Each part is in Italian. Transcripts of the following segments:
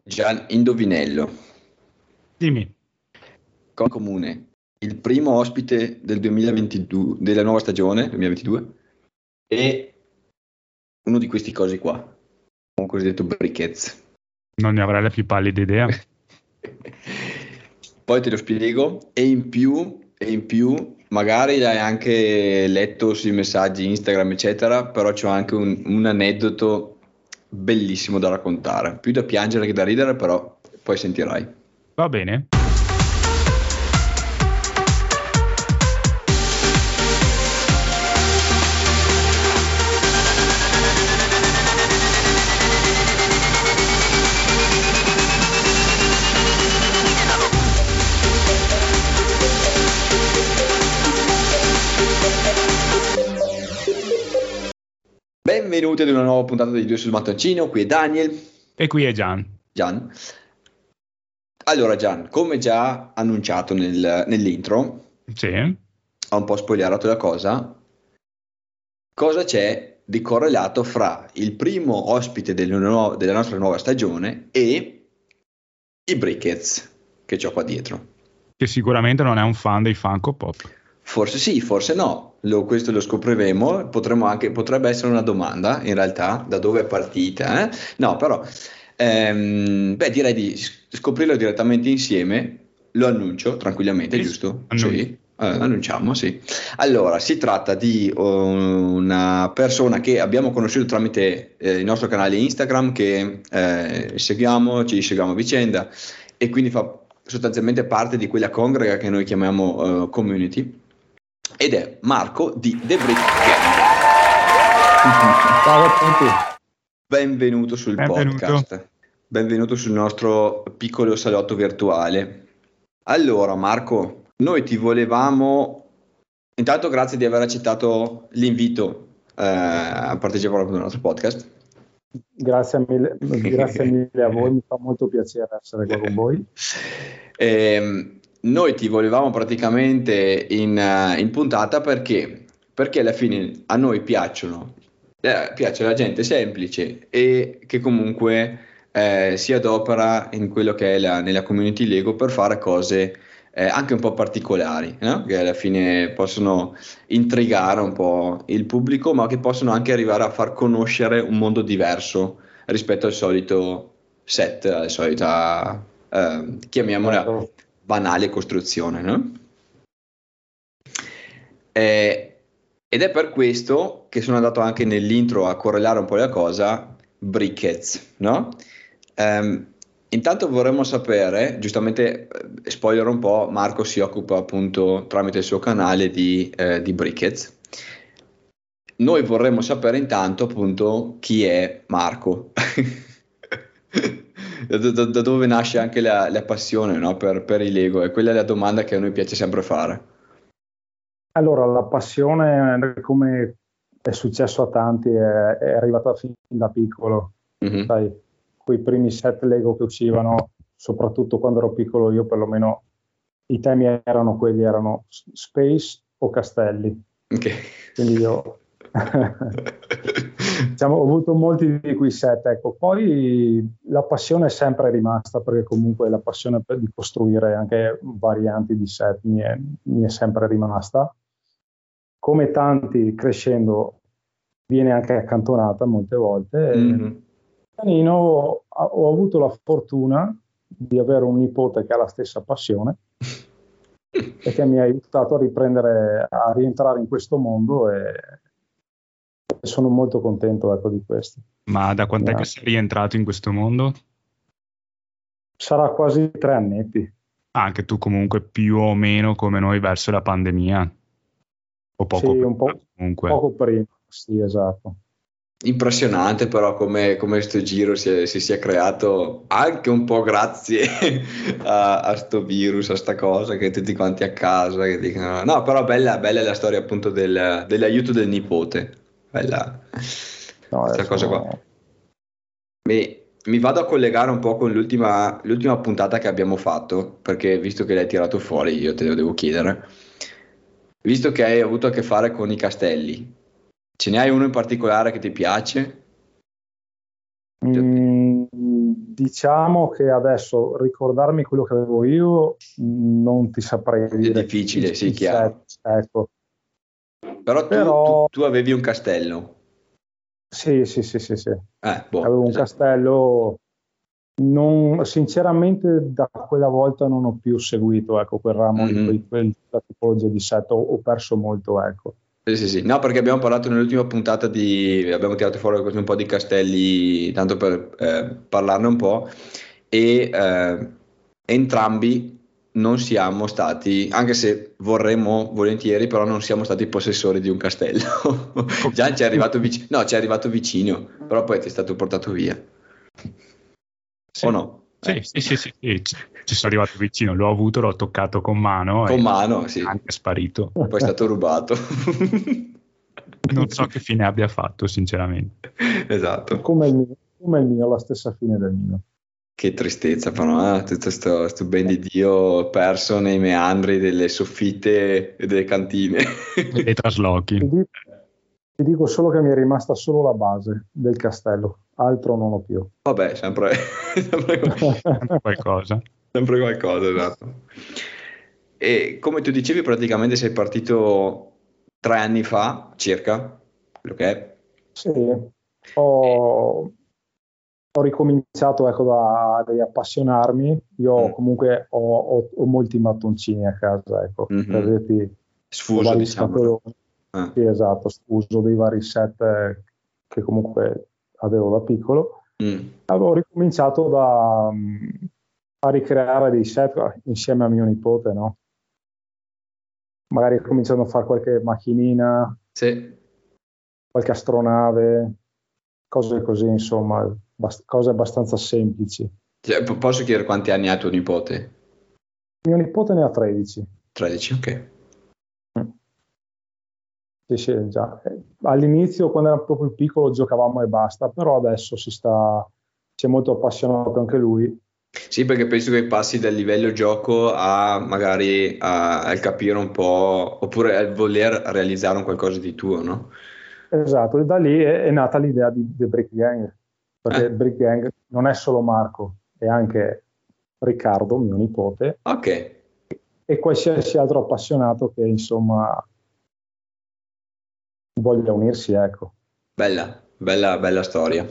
Gian, indovinello. Dimmi. Cosa comune? Il primo ospite del 2022, della nuova stagione 2022 e uno di questi cosi qua, un cosiddetto briquettes. Non ne avrei la più pallida idea. Poi te lo spiego e in più magari l'hai anche letto sui messaggi Instagram eccetera, però c'ho anche un aneddoto bellissimo da raccontare, più da piangere che da ridere, però poi sentirai. Va bene. Benvenuti ad una nuova puntata di Due sul mattoncino, qui è Daniel. E qui è Gian. Allora Gian, come già annunciato nell'intro, Sì. ho un po' spoilerato la cosa c'è di correlato fra il primo ospite della nostra nuova stagione e i briquettes che c'ho qua dietro. Che sicuramente non è un fan dei Funko Pop. Forse sì, forse no, questo lo scopriremo, potrebbe essere una domanda in realtà, da dove è partita, eh? No, però, direi di scoprirlo direttamente insieme, lo annuncio tranquillamente, Sì, giusto? annuncio. Sì, annunciamo, sì. Allora, si tratta di una persona che abbiamo conosciuto tramite il nostro canale Instagram, che ci seguiamo a vicenda e quindi fa sostanzialmente parte di quella congrega che noi chiamiamo community, ed è Marco di The Brick Gang. Ciao a tutti. Benvenuto sul Benvenuto. podcast, benvenuto sul nostro piccolo salotto virtuale. Allora Marco, noi ti volevamo, intanto grazie di aver accettato l'invito a partecipare al nostro podcast. Grazie mille a voi, mi fa molto piacere essere qua con voi. Noi ti volevamo praticamente in puntata perché alla fine a noi piace la gente semplice e che comunque si adopera in quello che è nella community Lego per fare cose anche un po' particolari, no? Che alla fine possono intrigare un po' il pubblico, ma che possono anche arrivare a far conoscere un mondo diverso rispetto al solito set, alla solita, chiamiamola, Certo. banale costruzione, no? Ed è per questo che sono andato anche nell'intro a correlare un po' la cosa, briquettes, no? Intanto vorremmo sapere, giustamente, spoiler un po', Marco si occupa appunto tramite il suo canale di briquettes. Noi vorremmo sapere intanto appunto chi è Marco. Da dove nasce anche la passione, no, per i Lego, e quella è la domanda che a noi piace sempre fare. Allora, la passione, come è successo a tanti, è arrivata fin da piccolo. Mhm. Sai, quei primi set Lego che uscivano, soprattutto quando ero piccolo io, perlomeno i temi erano space o castelli. Ok. Quindi io diciamo, ho avuto molti di quei set, ecco. Poi la passione è sempre rimasta, perché comunque la passione di costruire anche varianti di set mi è sempre rimasta. Come tanti, crescendo, viene anche accantonata molte volte. Mhm. Pianino ho avuto la fortuna di avere un nipote che ha la stessa passione e che mi ha aiutato a rientrare in questo mondo, e sono molto contento, ecco, di questo. Ma da quant'è che sei rientrato in questo mondo? Sarà quasi 3 annetti. Anche tu comunque più o meno come noi verso la pandemia. O poco Sì, prima, un po' comunque. poco prima, sì, esatto. Impressionante però come sto giro si sia creato anche un po' grazie a sto virus, a sta cosa, che tutti quanti a casa che dicono no, però bella la storia appunto dell'aiuto del nipote, bella No, questa cosa qua. Mi vado a collegare un po' con l'ultima puntata che abbiamo fatto, perché visto che l'hai tirato fuori io te lo devo chiedere, visto che hai avuto a che fare con i castelli. Ce ne hai uno in particolare che ti piace? di Diciamo che adesso ricordarmi quello che avevo io non ti saprei È dire. difficile, sì, Il chiaro. set, ecco. Però tu avevi un castello. Sì. Avevo un esatto. castello. Sinceramente da quella volta non ho più seguito, ecco, quel ramo di quella tipologia di set, ho perso molto, ecco. Sì. No, perché abbiamo parlato nell'ultima puntata abbiamo tirato fuori un po' di castelli, tanto per parlarne un po', e entrambi non siamo stati, anche se vorremmo volentieri, però non siamo stati possessori di un castello. Già ci è arrivato vicino, no, ci è arrivato vicino, però poi ti è stato portato via. Sì. O no? Sì, ci sono arrivato vicino, l'ho avuto, l'ho toccato con mano Con e mano, sì. anche è sparito. Poi è stato rubato. Non so che fine abbia fatto, sinceramente. Esatto. Come il mio, la stessa fine del mio. Che tristezza, però, tutto sto ben di Dio perso nei meandri delle soffitte e delle cantine. E dei traslochi. Ti dico solo che mi è rimasta solo la base del castello, altro non ho più. Vabbè, sempre qualcosa. Sempre qualcosa, esatto. E come tu dicevi, praticamente sei partito 3 anni fa, circa, quello che è. Sì, ho ricominciato, ecco, da riappassionarmi. Io comunque ho molti mattoncini a casa, ecco, per dirti, sfuso, diciamo. Sì, esatto, sfuso dei vari set che comunque avevo da piccolo. Avevo ricominciato a ricreare dei set insieme a mio nipote, no? Magari cominciando a fare qualche macchinina, sì, qualche astronave, cose così, insomma, cose abbastanza semplici. Cioè, posso chiedere quanti anni ha tuo nipote? Mio nipote ne ha 13. 13, ok. Sì, già. All'inizio, quando era proprio piccolo, giocavamo e basta, però adesso si è molto appassionato anche lui. Sì, perché penso che passi dal livello gioco a magari al capire un po', oppure al voler realizzare un qualcosa di tuo, no? Esatto, e da lì è nata l'idea di Brick Gang, perché Brick Gang non è solo Marco, è anche Riccardo, mio nipote, e qualsiasi altro appassionato che, insomma, voglia unirsi, ecco. Bella storia.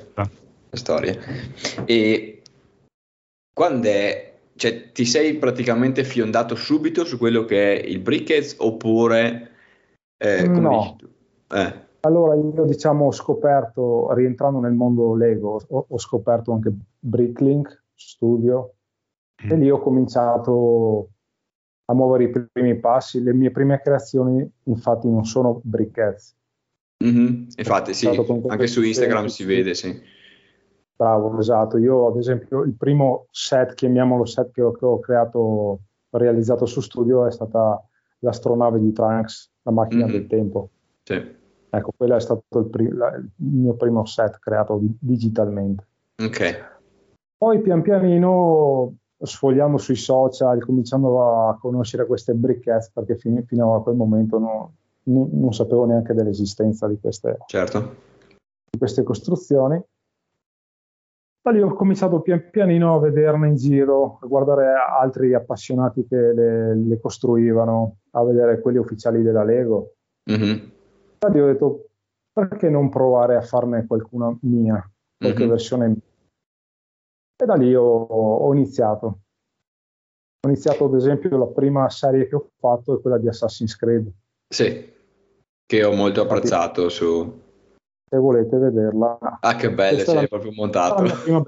E quando cioè, ti sei praticamente fiondato subito su quello che è il Brickheads, oppure come dici tu? Allora io, diciamo, ho scoperto, rientrando nel mondo Lego, ho scoperto anche Bricklink Studio, e lì ho cominciato a muovere i primi passi. Le mie prime creazioni infatti non sono briquettes. Infatti sì, anche su Instagram si vede, sì. Bravo, esatto. Io ad esempio il primo set, chiamiamolo set, che ho realizzato su studio è stata l'astronave di Trunks, la macchina del tempo. Sì. Ecco, quello è stato il mio primo set creato digitalmente. Ok. Poi pian pianino, sfogliando sui social, cominciando a conoscere queste briquettes, perché fino a quel momento non sapevo neanche dell'esistenza di queste costruzioni. Da lì ho cominciato pian pianino a vederne in giro, a guardare altri appassionati che le costruivano, a vedere quelli ufficiali della Lego. Da lì ho detto, perché non provare a farne qualcuna mia, qualche versione mia? E da lì ho iniziato. Ho iniziato, ad esempio, la prima serie che ho fatto è quella di Assassin's Creed. Sì, che ho molto apprezzato su... Se volete vederla. Ah, che bello, c'è proprio montato. La prima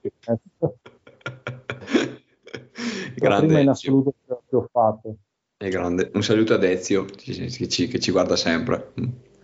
la prima in assoluto che ho fatto. È grande. Un saluto ad Ezio, che ci guarda sempre.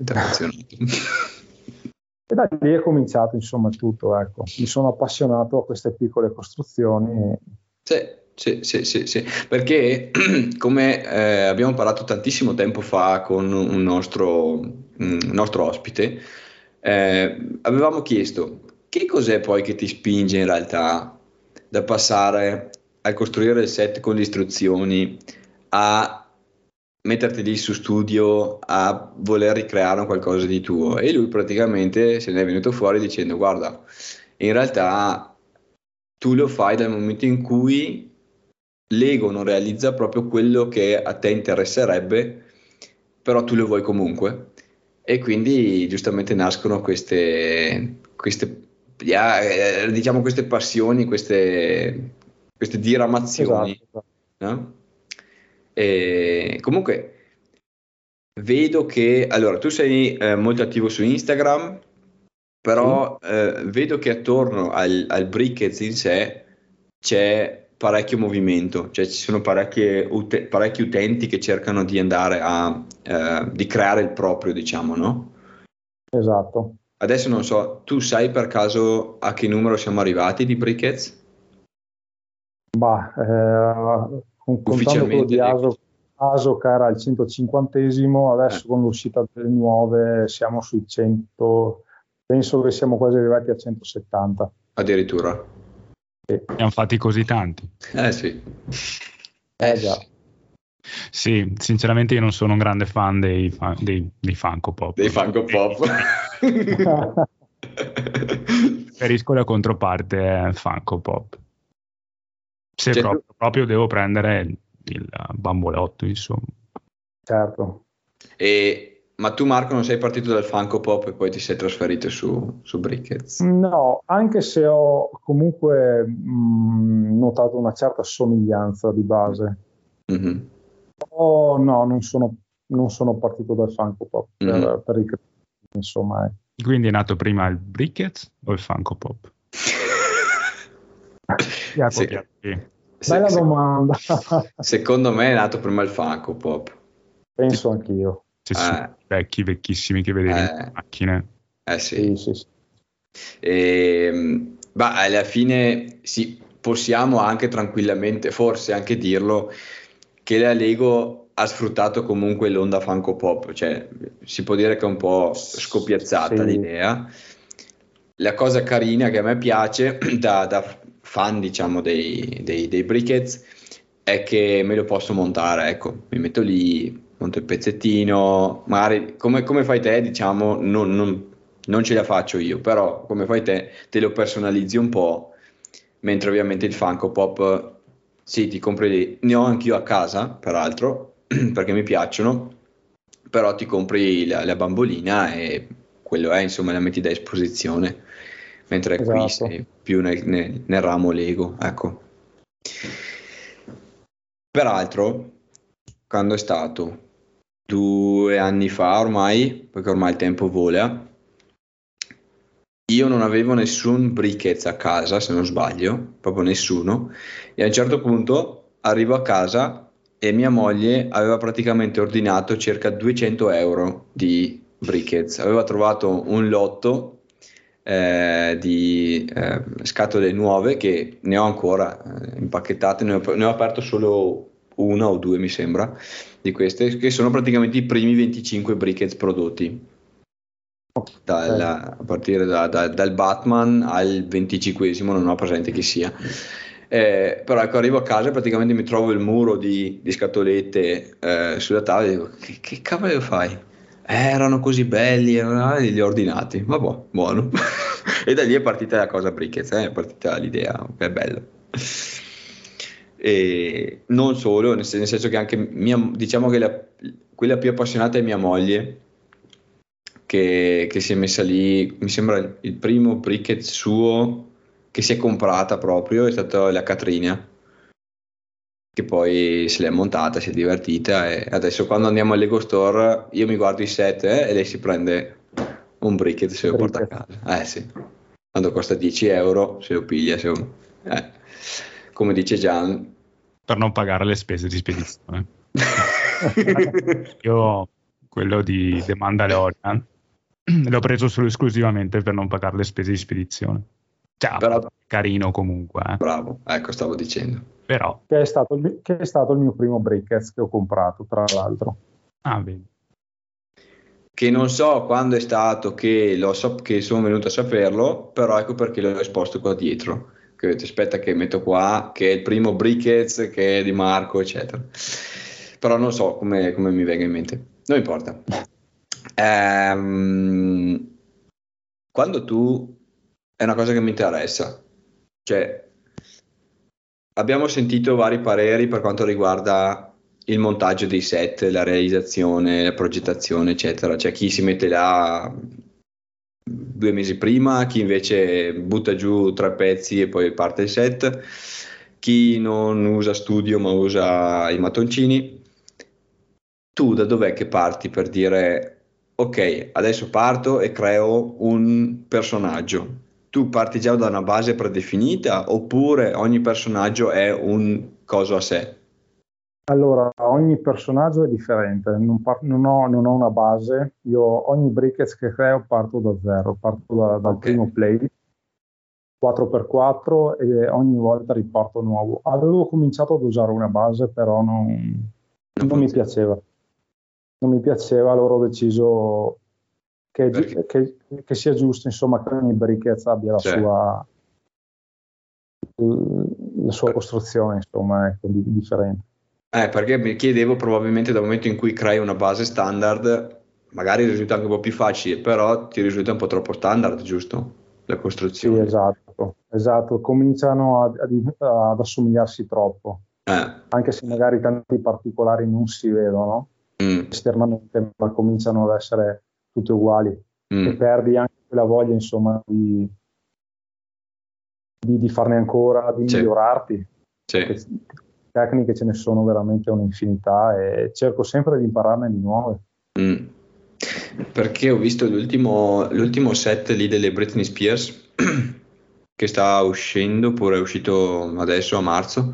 E da lì è cominciato, insomma, tutto, ecco. Mi sono appassionato a queste piccole costruzioni. Sì, perché come abbiamo parlato tantissimo tempo fa con un nostro ospite, avevamo chiesto che cos'è poi che ti spinge in realtà da passare a costruire il set con le istruzioni a metterti lì su studio a voler ricreare un qualcosa di tuo. E lui praticamente se ne è venuto fuori dicendo: guarda, in realtà tu lo fai dal momento in cui l'ego non realizza proprio quello che a te interesserebbe, però tu lo vuoi comunque. E quindi giustamente nascono diciamo queste passioni, queste diramazioni, Esatto. no? E comunque vedo che, allora, tu sei molto attivo su Instagram, però vedo che attorno al Brickheads in sé c'è parecchio movimento, cioè ci sono parecchi utenti che cercano di andare di creare il proprio, diciamo, no? Esatto. Adesso non so, tu sai per caso a che numero siamo arrivati di Brickheads? Bah, contando quello Ufficialmente di dico. Aso che era il 150esimo, Eh, adesso con l'uscita delle nuove siamo sui 100, penso che siamo quasi arrivati a 170. addirittura. Sì. Ne hanno fatti così tanti. Sì. Già. Sì, sinceramente io non sono un grande fan dei Funko Pop. Dei Funko Pop. Preferisco la controparte Funko Pop. Se Cioè, proprio devo prendere il bambolotto, insomma. Certo. Ma tu Marco non sei partito dal Funko Pop e poi ti sei trasferito su Brickheads? No, anche se ho comunque notato una certa somiglianza di base. Mm-hmm. Oh, no, non sono partito dal Funko Pop per i insomma. Quindi è nato prima il Brickheads o il Funko Pop? Sì. Bella domanda. Secondo me è nato prima il Funko Pop. Penso anch'io. Vecchissimi che vedevi in macchine. Sì. Sì. Alla fine sì, possiamo anche tranquillamente, forse anche dirlo, che la Lego ha sfruttato comunque l'onda Funko Pop, cioè si può dire che è un po' scoppiazzata Sì. l'idea. La cosa carina che a me piace da fan, diciamo, dei Brickheads è che me lo posso montare, ecco, mi metto lì, monto il pezzettino, magari come fai te, diciamo, non ce la faccio io, però come fai te lo personalizzi un po', mentre ovviamente il Funko Pop, sì, ti compri lì, ne ho anch'io a casa, peraltro, perché mi piacciono, però ti compri la bambolina e quello è, insomma, la metti da esposizione, mentre qui Esatto. sei più nel ramo Lego, ecco. Peraltro, quando è stato? 2 anni fa ormai, perché ormai il tempo vola, io non avevo nessun briquet a casa, se non sbaglio, proprio nessuno, e a un certo punto arrivo a casa e mia moglie aveva praticamente ordinato circa 200 euro di briquets. Aveva trovato un lotto di scatole nuove che ne ho ancora impacchettate, ne ho aperto solo una o due, mi sembra, di queste, che sono praticamente i primi 25 briquets prodotti. A partire dal Batman al 25esimo, non ho presente chi sia. Però ecco, arrivo a casa e praticamente mi trovo il muro di scatolette sulla tavola e dico, che cavolo fai? Erano così belli, e li ho ordinati. Vabbè, buono. E da lì è partita la cosa Brickheads, è partita l'idea, che è bello. E non solo, nel senso che anche diciamo che quella più appassionata è mia moglie, che si è messa lì, mi sembra il primo briquet suo che si è comprata proprio è stata la Catrina, che poi se l'è montata, si è divertita e adesso quando andiamo al Lego Store io mi guardo i set e lei si prende un briquet e se lo porta a casa. Sì, quando costa 10 euro se lo piglia, come dice Gian. Per non pagare le spese di spedizione. Io quello di The Mandalorian l'ho preso solo esclusivamente per non pagare le spese di spedizione. Cioè, Però, carino comunque. bravo, ecco, stavo dicendo. Però. Che è stato il mio primo briquet che ho comprato, tra l'altro. Ah, vedi. Che non so quando è stato che sono venuto a saperlo, però ecco perché l'ho esposto qua dietro. Che ho detto, aspetta che metto qua, che è il primo briquet che è di Marco, eccetera. Però non so come mi venga in mente. Non importa. Quando tu... È una cosa che mi interessa. Cioè, abbiamo sentito vari pareri per quanto riguarda il montaggio dei set, la realizzazione, la progettazione, eccetera. C'è chi si mette là 2 mesi prima, chi invece butta giù 3 pezzi e poi parte il set, chi non usa studio ma usa i mattoncini. Tu da dov'è che parti per dire ok, adesso parto e creo un personaggio? Tu parti già da una base predefinita oppure ogni personaggio è un coso a sé? Allora, ogni personaggio è differente, non ho una base, io ogni briquet che creo parto da zero, parto dal Ok, primo play 4x4 e ogni volta riparto nuovo. Avevo cominciato ad usare una base, però non non mi funziona. piaceva. Non mi piaceva, allora ho deciso Perché? che sia giusto, insomma, che ogni briquet abbia Cioè, la sua costruzione, insomma, ecco, differente. perché mi chiedevo probabilmente dal momento in cui crei una base standard, magari risulta anche un po' più facile, però ti risulta un po' troppo standard, giusto? La Sì, costruzione. esatto, cominciano ad assomigliarsi troppo, Eh, anche se magari tanti particolari non si vedono mm, esternamente, ma cominciano ad essere tutte uguali e mm, perdi anche quella voglia, insomma, di farne ancora, di sì, migliorarti, perché sì. tecniche ce ne sono veramente un'infinità e cerco sempre di impararne di nuove. Mm. Perché ho visto l'ultimo set lì delle Britney Spears che sta uscendo, oppure è uscito adesso a marzo.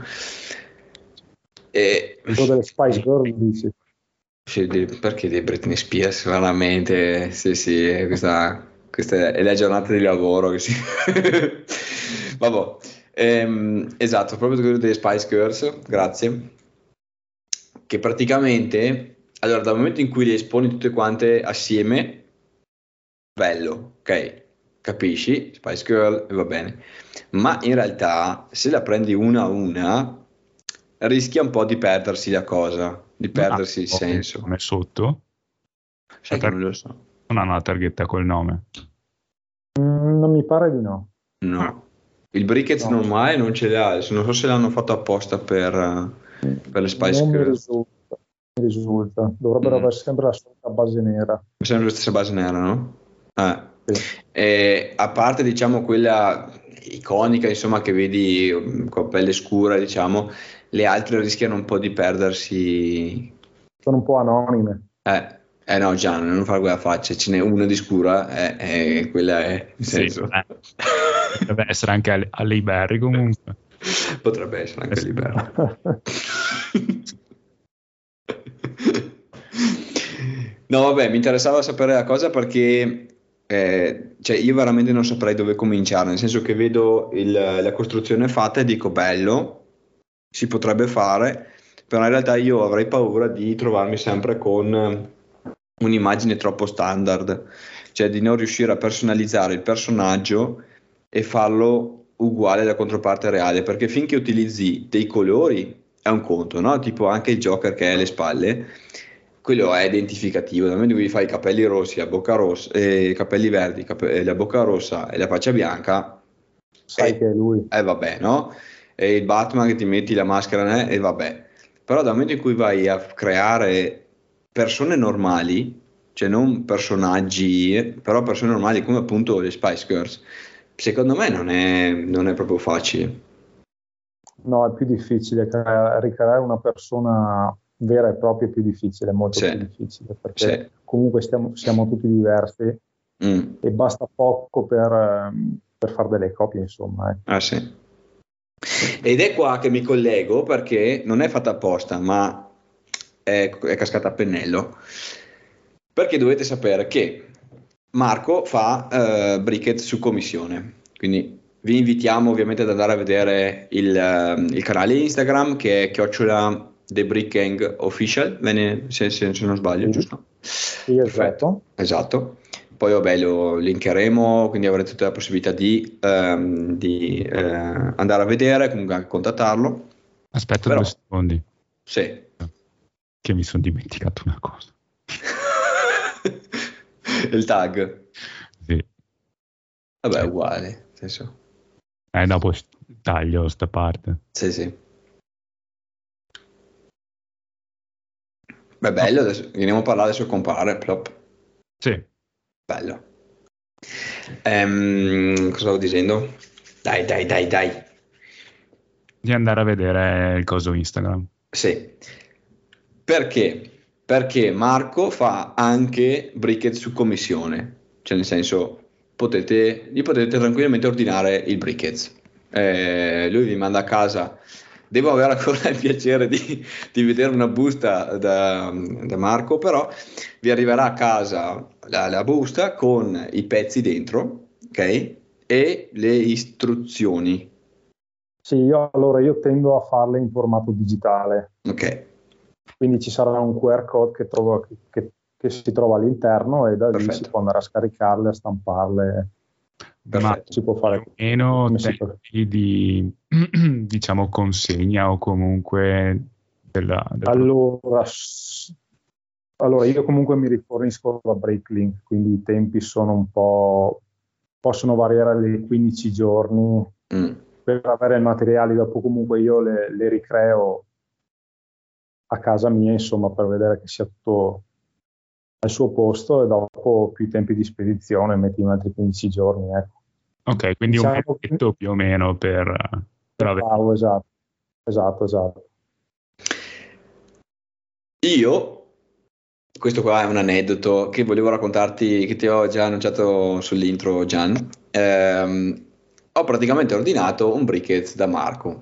E Quello delle Spice Girl, dici? sì, perché di Britney Spears? Veramente, sì, sì, questa è la giornata di lavoro che si... Vabbè, esatto, proprio quello delle Spice Girls, grazie, che praticamente, allora, dal momento in cui le esponi tutte quante assieme, bello, ok, capisci, Spice Girl e va bene, ma in realtà se la prendi una a una rischia un po' di perdersi la cosa, di Non ha perdersi il il senso. nome sotto. La Sai che non lo targhetta, so. non hanno la targhetta col nome. Non mi pare di no. No. Il briquet No, normale non ce l'ha, adesso non so se l'hanno fatto apposta per le Spice non mi Girl. risulta, mi risulta. Dovrebbero Mm. avere sempre la solita base nera. Mi sembra la stessa base nera, no? Sì. E a parte, diciamo, quella iconica, insomma, che vedi con pelle scura, diciamo, le altre rischiano un po' di perdersi. Sono un po' anonime. No, Gian, non fare quella faccia, ce n'è una di scura, quella è, nel Sì, senso. potrebbe essere anche alle Berry comunque. Potrebbe essere anche libero. No, vabbè, mi interessava sapere la cosa perché cioè, io veramente non saprei dove cominciare, nel senso che vedo la costruzione fatta e dico bello, si potrebbe fare, però in realtà io avrei paura di trovarmi sempre con un'immagine troppo standard, cioè di non riuscire a personalizzare il personaggio e farlo uguale alla controparte reale, perché finché utilizzi dei colori è un conto, no? Tipo anche il Joker che è alle spalle, quello è identificativo, da momento che gli fai i capelli rossi, la bocca rossa, i capelli verdi, la bocca rossa e la faccia bianca, Sai che e è lui. vabbè, no? E il Batman che ti metti la maschera, e vabbè. Però dal momento in cui vai a creare persone normali, cioè non personaggi, però persone normali come appunto le Spice Girls, secondo me non è proprio facile. No, è più difficile. Ricreare una persona vera e propria è più difficile, molto Sì, più difficile, perché sì. comunque siamo tutti diversi Mm. e basta poco per fare delle copie, insomma. Ah, sì. Ed è qua che mi collego perché non è fatta apposta, ma è cascata a pennello. Perché dovete sapere che Marco fa briquet su commissione, quindi vi invitiamo ovviamente ad andare a vedere il canale Instagram che è chiocciola The Brick Gang Official, se non sbaglio, Sì, giusto? sì, Perfetto, esatto. esatto. Poi vabbè lo linkeremo, quindi avrete tutta la possibilità di andare a vedere, comunque anche contattarlo. Aspetta due Però, secondi, sì. che mi sono dimenticato una cosa. Il tag, Sì, vabbè, è cioè, uguale, nel senso. dopo Taglio sta parte. Sì, sì. Beh, bello, adesso veniamo a parlare adesso compare, plop. Sì, Bello. Cosa stavo dicendo? Dai, dai, dai, dai. di andare a vedere il coso Instagram. Sì. Perché? Perché Marco fa anche briquet su commissione, cioè nel senso gli potete tranquillamente ordinare il briquet. Lui vi manda a casa. Devo avere ancora il piacere di vedere una busta da Marco, però vi arriverà a casa la busta con i pezzi dentro, ok? E le istruzioni, Sì, io tendo a farle in formato digitale, ok? quindi ci sarà un QR code che si trova all'interno e da lì si Perfetto, può andare a scaricarle, a stamparle, Ma perfetto. si può più fare o meno come si può. tempi di, diciamo, consegna o comunque del prodotto. Allora, allora, io comunque mi rifornisco da Breaklink, quindi i tempi sono un po', possono variare dai 15 giorni Mm. per avere i materiali, dopo comunque io le ricreo a casa mia, insomma, per vedere che sia tutto al suo posto e dopo più tempi di spedizione, metti un altri 15 giorni, ecco. Ok, quindi un Diciamo che mesetto più o meno per avere. bravo, esatto, esatto, esatto. Io, questo qua è un aneddoto che volevo raccontarti, che ti ho già annunciato sull'intro, Gian. Ho praticamente ordinato un briquet da Marco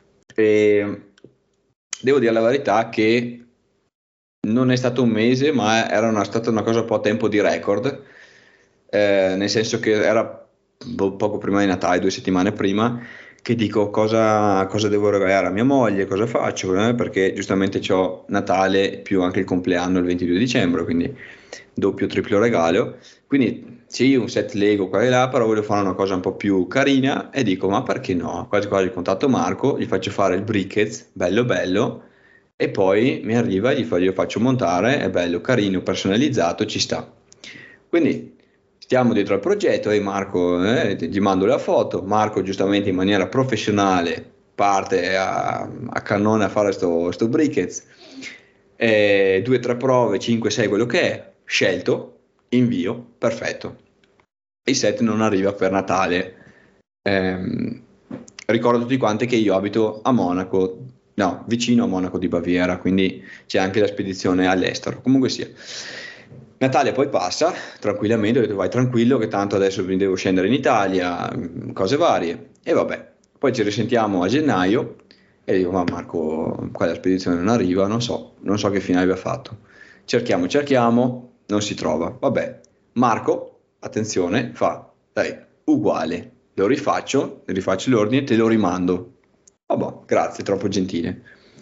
e devo dire la verità che non è stato un mese, ma stata una cosa un po' a tempo di record, nel senso che era poco prima di Natale, 2 settimane prima, che dico cosa devo regalare a mia moglie, cosa faccio, perché giustamente ho Natale più anche il compleanno il 22 dicembre, quindi doppio, triplo regalo. Quindi sì, un set Lego qua e là, però voglio fare una cosa un po' più carina e dico, ma perché no? Quasi quasi contatto Marco, gli faccio fare il briquet, bello bello, e poi mi arriva, glielo faccio montare, è bello, carino, personalizzato, ci sta. Quindi stiamo dietro al progetto e Marco, gli mando la foto, Marco giustamente in maniera professionale parte a cannone a fare sto briquet, 2 o 3 prove, 5, 6 quello che è, scelto, invio, perfetto. Il set non arriva per Natale. Ehm, Ricordo tutti quanti che io abito a Monaco, no, vicino a Monaco di Baviera, quindi c'è anche la spedizione all'estero. Comunque sia. Natale poi passa tranquillamente, ho detto vai tranquillo che tanto adesso mi devo scendere in Italia, cose varie. E vabbè, poi ci risentiamo a gennaio e dico ma Marco, qua la spedizione non arriva, non so che fine abbia fatto. Cerchiamo, non si trova. Vabbè, Marco, attenzione, fa, dai, uguale, rifaccio l'ordine e te lo rimando. Vabbè, grazie, troppo gentile.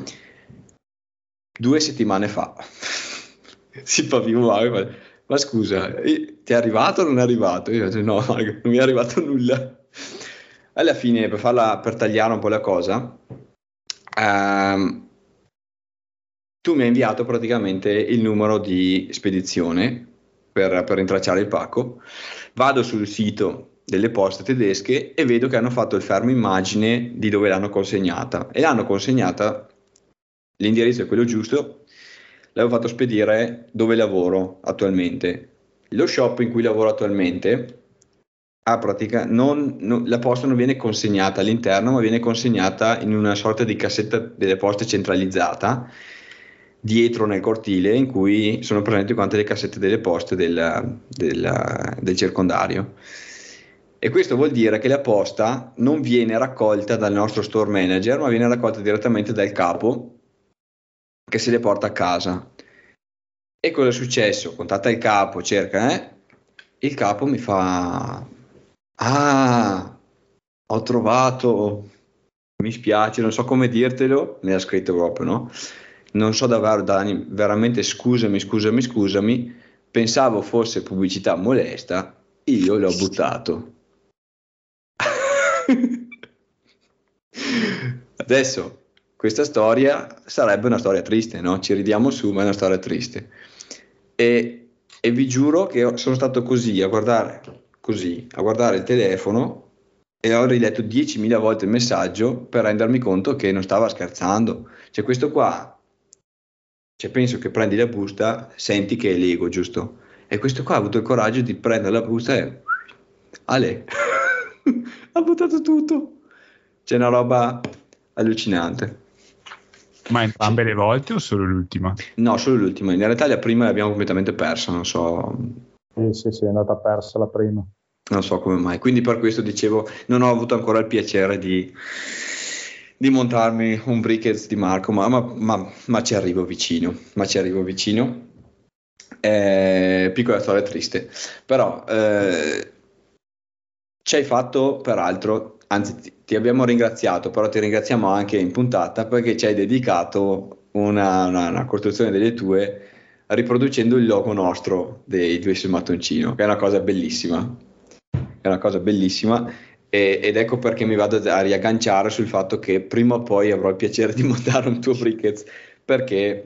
2 settimane fa si fa più male, ma scusa, ti è arrivato o non è arrivato? Io ho detto, no, non mi è arrivato nulla. Alla fine, per tagliare un po' la cosa, ehm, tu mi hai inviato praticamente il numero di spedizione per rintracciare il pacco. Vado sul sito delle poste tedesche e vedo che hanno fatto il fermo immagine di dove l'hanno consegnata e l'hanno consegnata, l'indirizzo è quello giusto, l'avevo fatto spedire dove lavoro attualmente. Lo shop in cui lavoro attualmente la posta non viene consegnata all'interno, ma viene consegnata in una sorta di cassetta delle poste centralizzata dietro nel cortile in cui sono presenti quante le cassette delle poste del circondario. E questo vuol dire che la posta non viene raccolta dal nostro store manager, ma viene raccolta direttamente dal capo che se le porta a casa. E cosa è successo? Contatta il capo, cerca, il capo mi fa: Ah, ho trovato, mi spiace, non so come dirtelo, mi ha scritto proprio, no? Non so davvero, Dani, veramente scusami, pensavo fosse pubblicità molesta, io l'ho buttato. Adesso, questa storia sarebbe una storia triste, no? Ci ridiamo su, ma è una storia triste. E vi giuro che sono stato così a guardare il telefono e ho riletto 10.000 volte il messaggio per rendermi conto che non stava scherzando. Cioè questo qua, cioè penso che prendi la busta, senti che è l'ego, giusto? E questo qua ha avuto il coraggio di prendere la busta e Ale, ha buttato tutto. C'è una roba allucinante. Ma entrambe le volte o solo l'ultima? No, solo l'ultima. In realtà la prima l'abbiamo completamente persa, non so, Sì, è andata persa la prima. non so come mai. Quindi per questo dicevo, non ho avuto ancora il piacere di montarmi un briquet di Marco, ma ci arrivo vicino. Ma ci arrivo vicino. Piccola storia triste. Però ci hai fatto, peraltro, anzi ti abbiamo ringraziato, però ti ringraziamo anche in puntata perché ci hai dedicato una costruzione delle tue riproducendo il logo nostro dei due sul mattoncino, che è una cosa bellissima. È una cosa bellissima ed ecco perché mi vado a riagganciare sul fatto che prima o poi avrò il piacere di montare un tuo briquet perché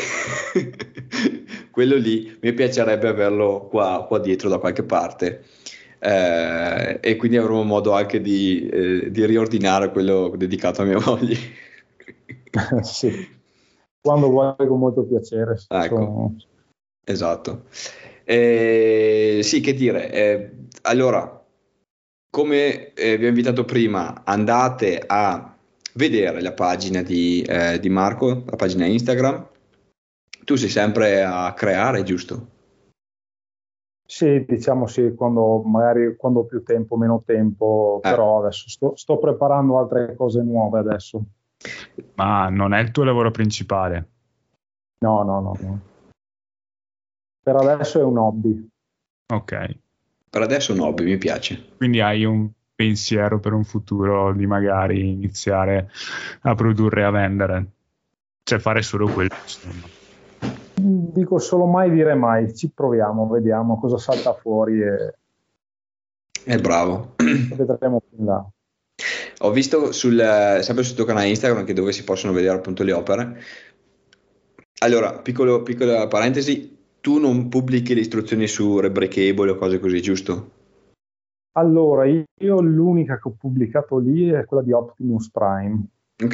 quello lì mi piacerebbe averlo qua dietro da qualche parte. E quindi avremo modo anche di riordinare quello dedicato a mia moglie. Sì, quando vuoi con molto piacere. Ecco, esatto. Sì, che dire, allora, come vi ho invitato prima, andate a vedere la pagina di Marco, la pagina Instagram. Tu sei sempre a creare, giusto? Sì, diciamo sì, magari quando ho più tempo, meno tempo, Eh, però adesso sto preparando altre cose nuove adesso. Ma non è il tuo lavoro principale. No. Per adesso è un hobby. Ok. per adesso no, mi piace. Quindi hai un pensiero per un futuro di magari iniziare a produrre e a vendere. Cioè fare solo quello, insomma. Dico solo mai dire mai, ci proviamo, vediamo cosa salta fuori e È bravo. vedremo più in là. Ho visto sempre sul tuo canale Instagram che dove si possono vedere appunto le opere. Allora, piccola parentesi, tu non pubblichi le istruzioni su Rebreakable o cose così, giusto? Allora, io l'unica che ho pubblicato lì è quella di Optimus Prime. Ok,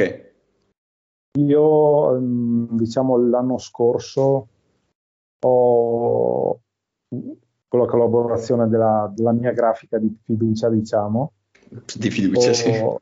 Io, diciamo, l'anno scorso ho, con la collaborazione della mia grafica di fiducia, diciamo, di fiducia, sì. ho,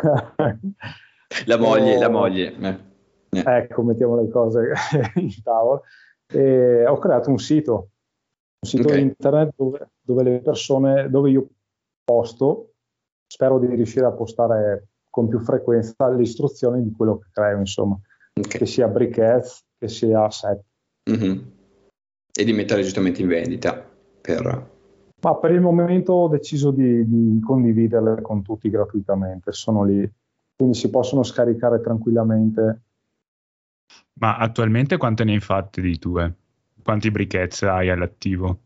La ho- moglie. ecco, mettiamo le cose in tavola, e ho creato un sito Ok, internet dove le persone, dove io posto, spero di riuscire a postare con più frequenza le istruzioni di quello che creo, insomma, ok. che sia briquettes, che sia set. Mhm. E di mettere giustamente in vendita per... Ma per il momento ho deciso di condividerle con tutti gratuitamente, sono lì, quindi si possono scaricare tranquillamente. Ma attualmente quante ne hai fatte di tue? Quanti briquettes hai all'attivo?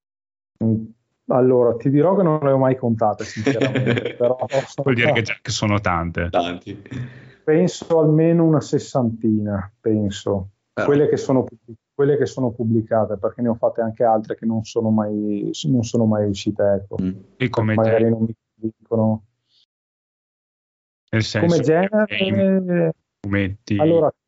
Allora, ti dirò che non le ho mai contate, sinceramente, però Vuol dire che già che sono tante. Tanti. penso almeno una sessantina, penso. Però, Quelle che sono pubblicate, perché ne ho fatte anche altre che non sono mai uscite, ecco. E Perché come magari genere? non mi dicono. Nel Come senso, game, genere, fumetti. allora,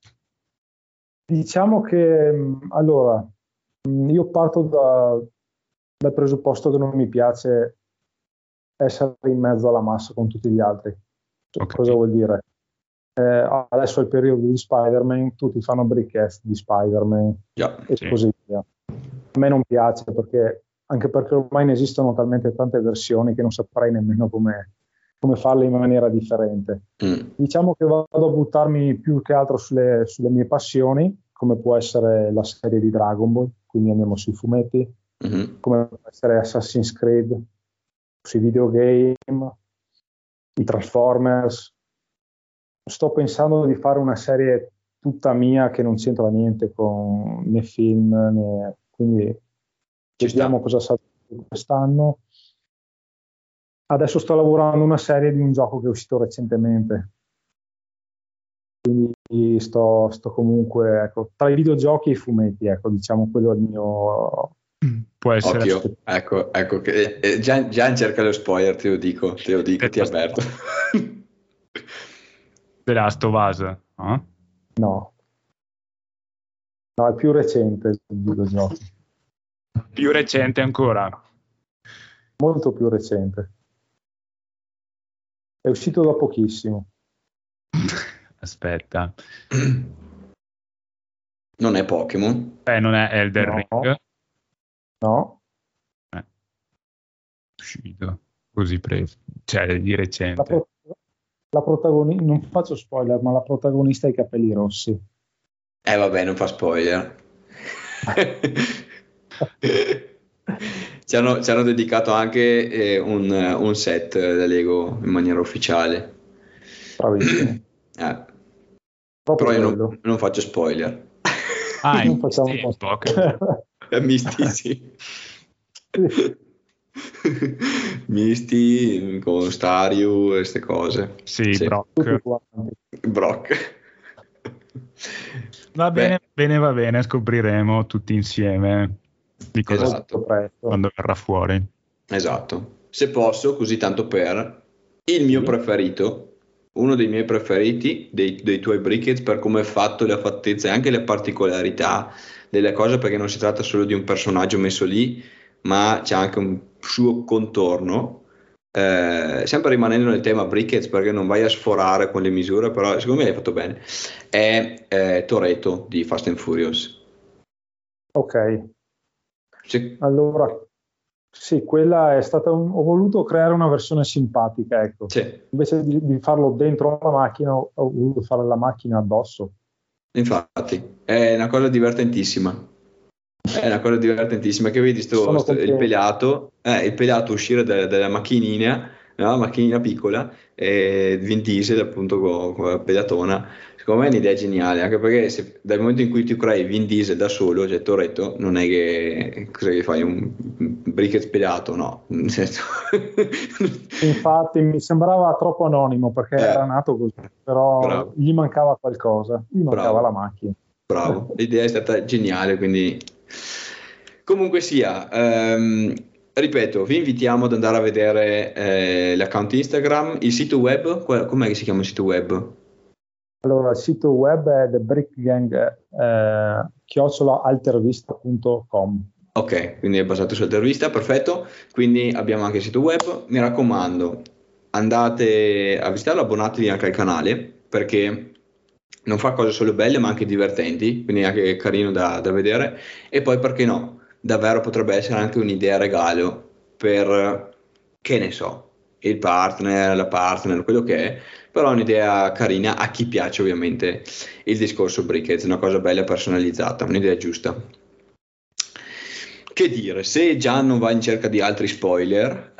diciamo che allora, io parto dal presupposto che non mi piace essere in mezzo alla massa con tutti gli altri. Ok. Cosa vuol dire? Adesso è il periodo di Spider-Man, tutti fanno briquettes di Spider-Man già. e Sì. così via. A me non piace anche perché ormai ne esistono talmente tante versioni che non saprei nemmeno come farle in maniera differente. Mm. Diciamo che vado a buttarmi più che altro sulle mie passioni, come può essere la serie di Dragon Ball, quindi andiamo sui fumetti, Mhm. come può essere Assassin's Creed, sui videogame, i Transformers. Sto pensando di fare una serie tutta mia che non c'entra niente con né film quindi Ci sta. vediamo cosa salta quest'anno. Adesso sto lavorando una serie di un gioco che è uscito recentemente, quindi sto comunque, ecco, tra i videogiochi e i fumetti, ecco, diciamo quello è il può essere... Occhio, ecco che Gian cerca lo spoiler, te lo dico, ti avverto. The Last of Us, no? No, è più recente il videogioco, Più recente ancora. molto più recente. È uscito da pochissimo. Aspetta. Non è Pokémon? Non è Elden No. Ring? No, È uscito così cioè di recente. la protagonista, non faccio spoiler, ma la protagonista ha i capelli rossi. Vabbè, non fa spoiler. Ci hanno dedicato anche un set da Lego in maniera ufficiale. Bravissimo. Proprio Però io quello. non faccio spoiler. Non facciamo Misti, sì. Misti con Staryu e queste cose. Sì. Tutti quanti. Brock. Va bene, scopriremo tutti insieme di cosa Esatto. quando verrà fuori. Esatto. Se posso, così tanto per il mio preferito, uno dei miei preferiti dei tuoi briquettes, per come è fatto, le fattezze e anche le particolarità delle cose, perché non si tratta solo di un personaggio messo lì, ma c'è anche un suo contorno. Sempre rimanendo nel tema briquettes, perché non vai a sforare con le misure, però secondo me hai fatto bene. È Toretto di Fast and Furious. Ok. Sì. Allora, sì, quella è stata ho voluto creare una versione simpatica, ecco. Sì. Invece di farlo dentro la macchina, ho voluto fare la macchina addosso. Infatti, è una cosa divertentissima. Che vedi il pelato uscire dalla macchinina, no? Macchinina piccola, e Vin Diesel appunto con la pelatona. Secondo me è un'idea geniale, anche perché dal momento in cui tu crei Vin Diesel da solo, cioè Toretto, non è che cosa che fai un briquet pelato, no? Nel senso... Infatti mi sembrava troppo anonimo perché era nato così, però Bravo. gli mancava qualcosa, gli mancava la macchina. Bravo, l'idea è stata geniale, quindi comunque sia, ripeto, vi invitiamo ad andare a vedere l'account Instagram, il sito web, com'è che si chiama il sito web? Allora, il sito web è thebrickgang@altervista.com. Ok, quindi è basato su Altervista, perfetto. Quindi abbiamo anche il sito web. Mi raccomando, andate a visitarlo, abbonatevi anche al canale, perché non fa cose solo belle ma anche divertenti, quindi anche carino da vedere. E poi perché no, davvero potrebbe essere anche un'idea regalo per, che ne so, il partner, la partner, quello che è, però è un'idea carina a chi piace ovviamente il discorso briquettes, una cosa bella personalizzata, un'idea giusta. Che dire, se Gian non va in cerca di altri spoiler,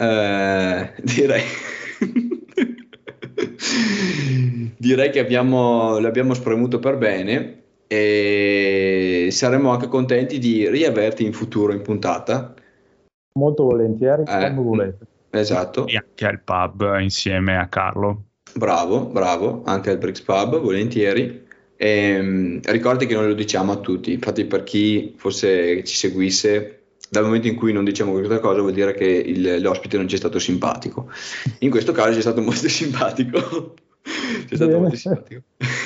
direi che l'abbiamo spremuto per bene e saremo anche contenti di riaverti in futuro in puntata. Molto volentieri, quando volete. Esatto. E anche al pub insieme a Carlo. Bravo, anche al Brix Pub, volentieri. Ricordi che non lo diciamo a tutti, infatti per chi fosse ci seguisse, dal momento in cui non diciamo questa cosa vuol dire che l'ospite non ci è stato simpatico. In questo caso ci è stato molto simpatico. Ci è stato molto simpatico.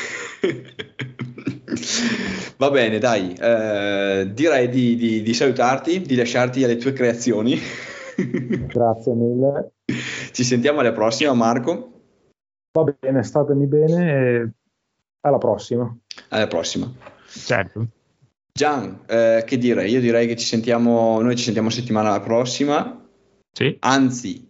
Va bene, dai, direi di salutarti, di lasciarti alle tue creazioni. Grazie mille. Ci sentiamo alla prossima, Marco. Va bene, statemi bene e alla prossima. Alla prossima. Certo. Gian, che dire? Io direi che noi ci sentiamo settimana prossima. Sì. Anzi,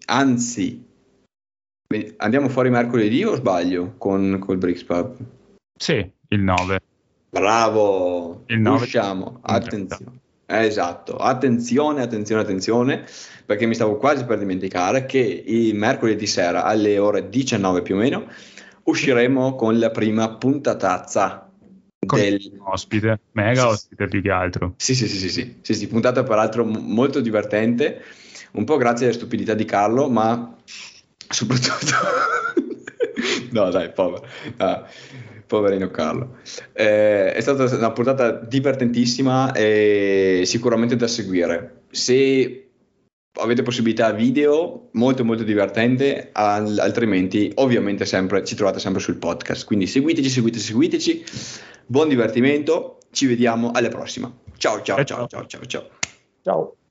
andiamo fuori mercoledì o sbaglio col Brix Pub? Sì, il 9. Bravo, Il 9. usciamo, attenzione. Esatto, attenzione, perché mi stavo quasi per dimenticare che il mercoledì sera alle ore 19 più o meno usciremo con la prima puntatazza del ospite, mega ospite più che altro. Sì, puntata peraltro molto divertente, un po' grazie alla stupidità di Carlo, ma soprattutto no dai, poverino Carlo. È stata una puntata divertentissima e sicuramente da seguire. se avete possibilità video, molto molto divertente, altrimenti ovviamente ci trovate sempre sul podcast, quindi seguiteci, buon divertimento, ci vediamo alla prossima, ciao. Ciao.